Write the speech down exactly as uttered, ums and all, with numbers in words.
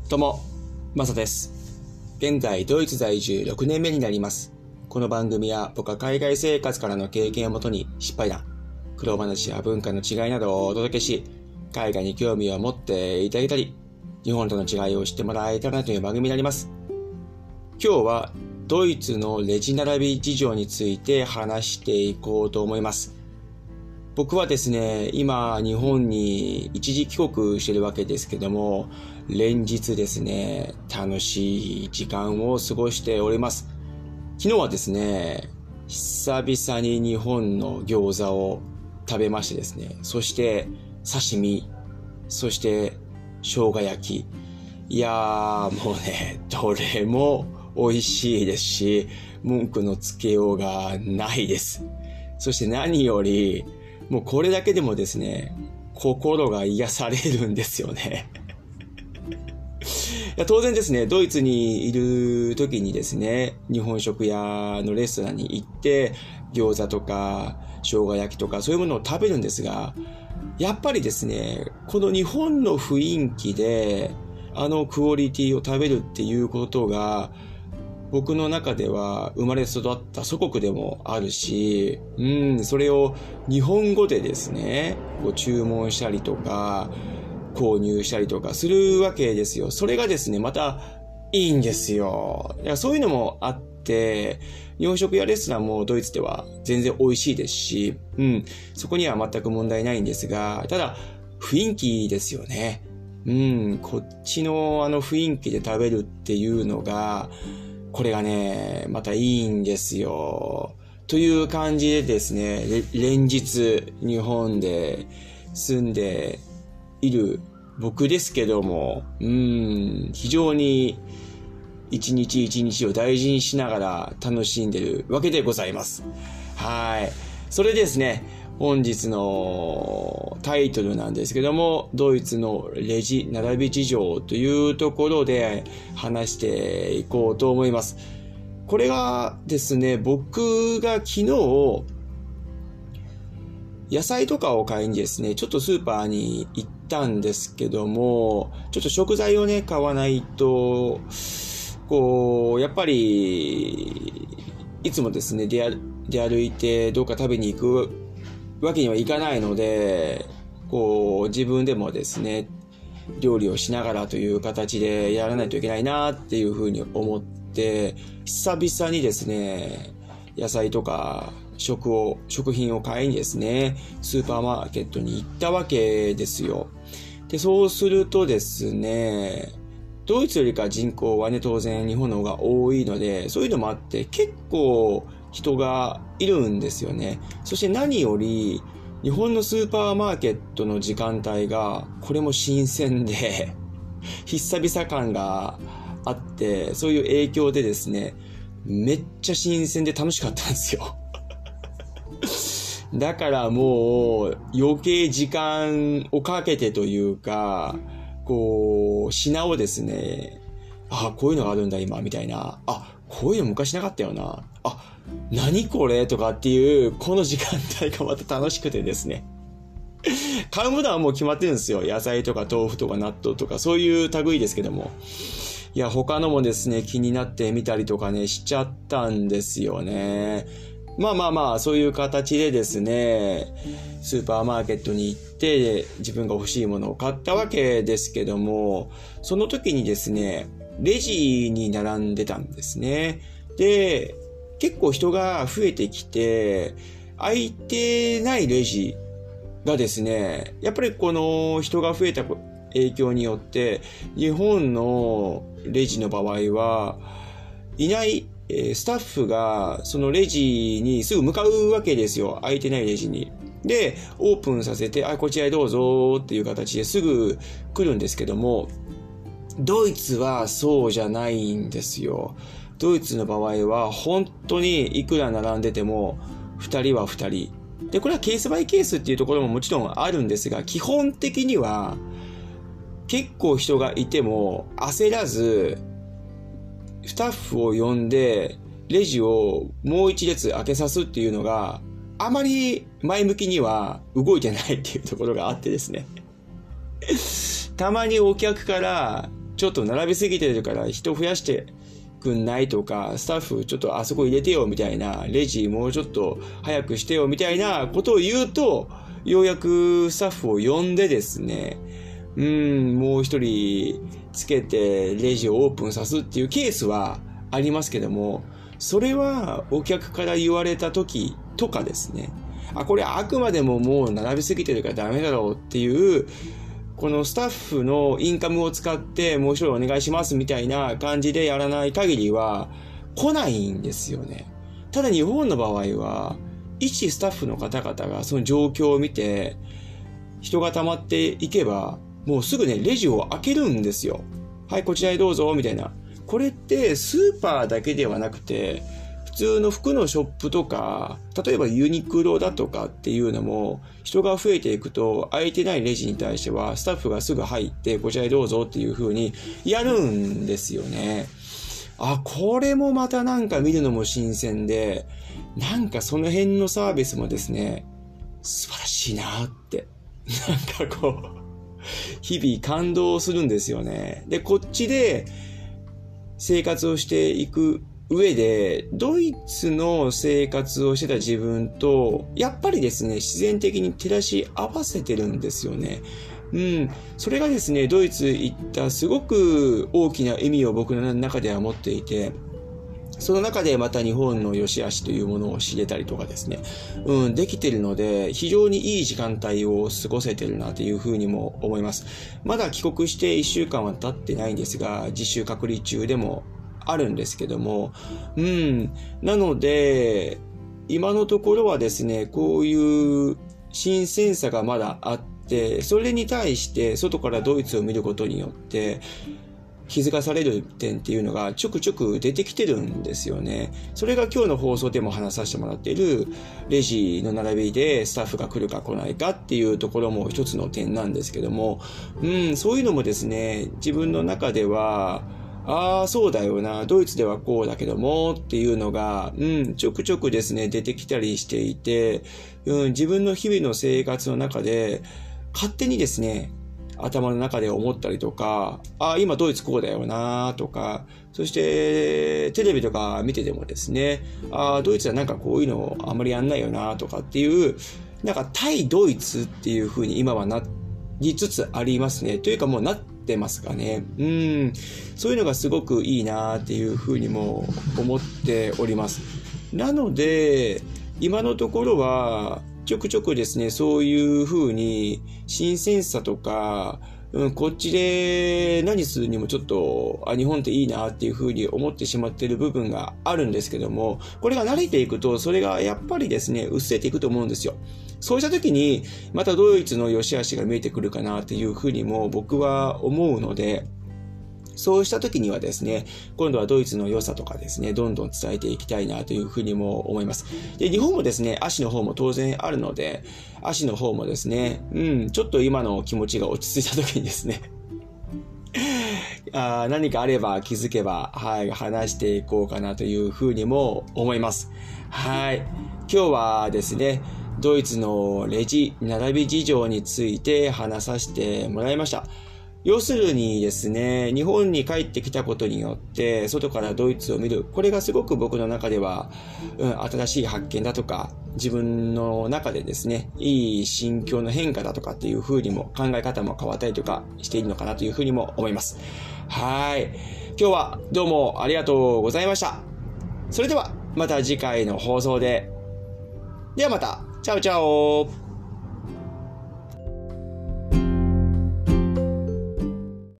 どうも、マサです。現在、ドイツ在住ろくねんめになります。この番組は僕は海外生活からの経験をもとに失敗談、苦労話や文化の違いなどをお届けし、海外に興味を持っていただいたり、日本との違いを知ってもらえたらなという番組になります。今日はドイツのレジ並び事情について話していこうと思います。僕はですね、今日本に一時帰国しているわけですけども、連日ですね、楽しい時間を過ごしております。昨日はですね、久々に日本の餃子を食べましてですね、そして刺身、そして生姜焼き。いやーもうね、どれも美味しいですし、文句のつけようがないです。そして何より、もうこれだけでもですね、心が癒されるんですよね。いや当然ですね、ドイツにいる時にですね、日本食屋のレストランに行って、餃子とか生姜焼きとかそういうものを食べるんですが、やっぱりですね、この日本の雰囲気で、あのクオリティを食べるっていうことが、僕の中では生まれ育った祖国でもあるし、うん、それを日本語でですね、こう注文したりとか、購入したりとかするわけですよ。それがですね、またいいんですよ。いやそういうのもあって、日本食やレストランもドイツでは全然美味しいですし、うん、そこには全く問題ないんですが、ただ雰囲気ですよね。うん、こっちのあの雰囲気で食べるっていうのが、これがね、またいいんですよ。という感じでですね、連日日本で住んでいる僕ですけども、うーん、非常に一日一日を大事にしながら楽しんでるわけでございます。はい。それですね、本日のタイトルなんですけども、ドイツのレジ並び事情というところで話していこうと思います。これがですね、僕が昨日野菜とかを買いにですね、ちょっとスーパーに行ったんですけども、ちょっと食材をね、買わないと、こう、やっぱり、いつもですね、出歩、出歩いてどっか食べに行くわけにはいかないので、こう、自分でもですね、料理をしながらという形でやらないといけないなっていうふうに思って、久々にですね、野菜とか食を、食品を買いにですね、スーパーマーケットに行ったわけですよ。で、そうするとですね、ドイツよりか人口はね、当然日本の方が多いので、そういうのもあって結構人がいるんですよね。そして何より、日本のスーパーマーケットの時間帯が、これも新鮮で、久々感があって、そういう影響でですね、めっちゃ新鮮で楽しかったんですよ。だからもう余計時間をかけてというか、こう、品をですね、あ、こういうのがあるんだ今、みたいな。あ、こういうの昔なかったよな。あ、何これとかっていう、この時間帯がまた楽しくてですね。買うものはもう決まってるんですよ。野菜とか豆腐とか納豆とか、そういう類ですけども。いや、他のもですね、気になってみたりとかね、しちゃったんですよね。まあまあまあ、そういう形でですね、スーパーマーケットに行って自分が欲しいものを買ったわけですけども、その時にですね、レジに並んでたんですね。で、結構人が増えてきて、空いてないレジがですね、やっぱりこの人が増えた影響によって、日本のレジの場合は、いないスタッフがそのレジにすぐ向かうわけですよ。空いてないレジに。で、オープンさせて、あ、こちらへどうぞっていう形ですぐ来るんですけども、ドイツはそうじゃないんですよ。ドイツの場合は本当にいくら並んでても二人は二人。で、これはケースバイケースっていうところももちろんあるんですが、基本的には結構人がいても焦らず、スタッフを呼んでレジをもう一列開けさすっていうのがあまり前向きには動いてないっていうところがあってですね。たまにお客からちょっと並びすぎてるから人増やしてくんないとか、スタッフちょっとあそこ入れてよみたいな、レジもうちょっと早くしてよみたいなことを言うと、ようやくスタッフを呼んでですね、うん、もう一人つけてレジをオープンさすっていうケースはありますけども、それはお客から言われた時とかですね、あ、これあくまでももう並びすぎてるからダメだろうっていう、このスタッフのインカムを使ってもう一人お願いしますみたいな感じでやらない限りは来ないんですよね。ただ日本の場合は、一スタッフの方々がその状況を見て、人が溜まっていけば、もうすぐね、レジを開けるんですよ。はい、こちらへどうぞ、みたいな。これってスーパーだけではなくて、普通の服のショップとか、例えばユニクロだとかっていうのも、人が増えていくと、空いてないレジに対しては、スタッフがすぐ入って、こちらへどうぞっていう風にやるんですよね。あ、これもまたなんか見るのも新鮮で、なんかその辺のサービスもですね、素晴らしいなって、なんかこう、日々感動するんですよね。で、こっちで生活をしていく上で、ドイツの生活をしてた自分と、やっぱりですね、自然的に照らし合わせてるんですよね。うん。それがですね、ドイツ行ったすごく大きな意味を僕の中では持っていて、その中でまた日本の良し悪しというものを知れたりとかですね、うん、できてるので、非常にいい時間帯を過ごせてるなというふうにも思います。まだ帰国していっしゅうかんは経ってないんですが、自主隔離中でもあるんですけども、うん、なので、今のところはですね、こういう新鮮さがまだあって、それに対して外からドイツを見ることによって、気づかされる点っていうのがちょくちょく出てきてるんですよね。それが今日の放送でも話させてもらっているレジの並びでスタッフが来るか来ないかっていうところも一つの点なんですけども、うん、そういうのもですね、自分の中では、ああ、そうだよな、ドイツではこうだけどもっていうのが、うん、ちょくちょくですね、出てきたりしていて、うん、自分の日々の生活の中で勝手にですね、頭の中で思ったりとか、あ、今ドイツこうだよなとか、そしてテレビとか見ててもですね、あ、ドイツはなんかこういうのあんまりやんないよなとかっていう、なんか対ドイツっていう風に今はなりつつありますね。というかもうなってますかね。うん。そういうのがすごくいいなっていう風にも思っております。なので、今のところは、ちょくちょくですね、そういう風に新鮮さとか、うん、こっちで何するにもちょっと、あ、日本っていいなっていう風に思ってしまっている部分があるんですけども、これが慣れていくと、それがやっぱりですね、薄れていくと思うんですよ。そうした時に、またドイツの良し悪しが見えてくるかなっていう風にも僕は思うので、そうした時にはですね、今度はドイツの良さとかですね、どんどん伝えていきたいなというふうにも思います。で、日本もですね、足の方も当然あるので、足の方もですね、うん、ちょっと今の気持ちが落ち着いた時にですね、あ、何かあれば気づけば、はい、話していこうかなというふうにも思います。はい。今日はですね、ドイツのレジ、並び事情について話させてもらいました。要するにですね、日本に帰ってきたことによって、外からドイツを見る。これがすごく僕の中では、うん、新しい発見だとか、自分の中でですね、いい心境の変化だとかっていう風にも、考え方も変わったりとかしているのかなという風にも思います。はい。今日はどうもありがとうございました。それでは、また次回の放送で。ではまた、チャオチャオ。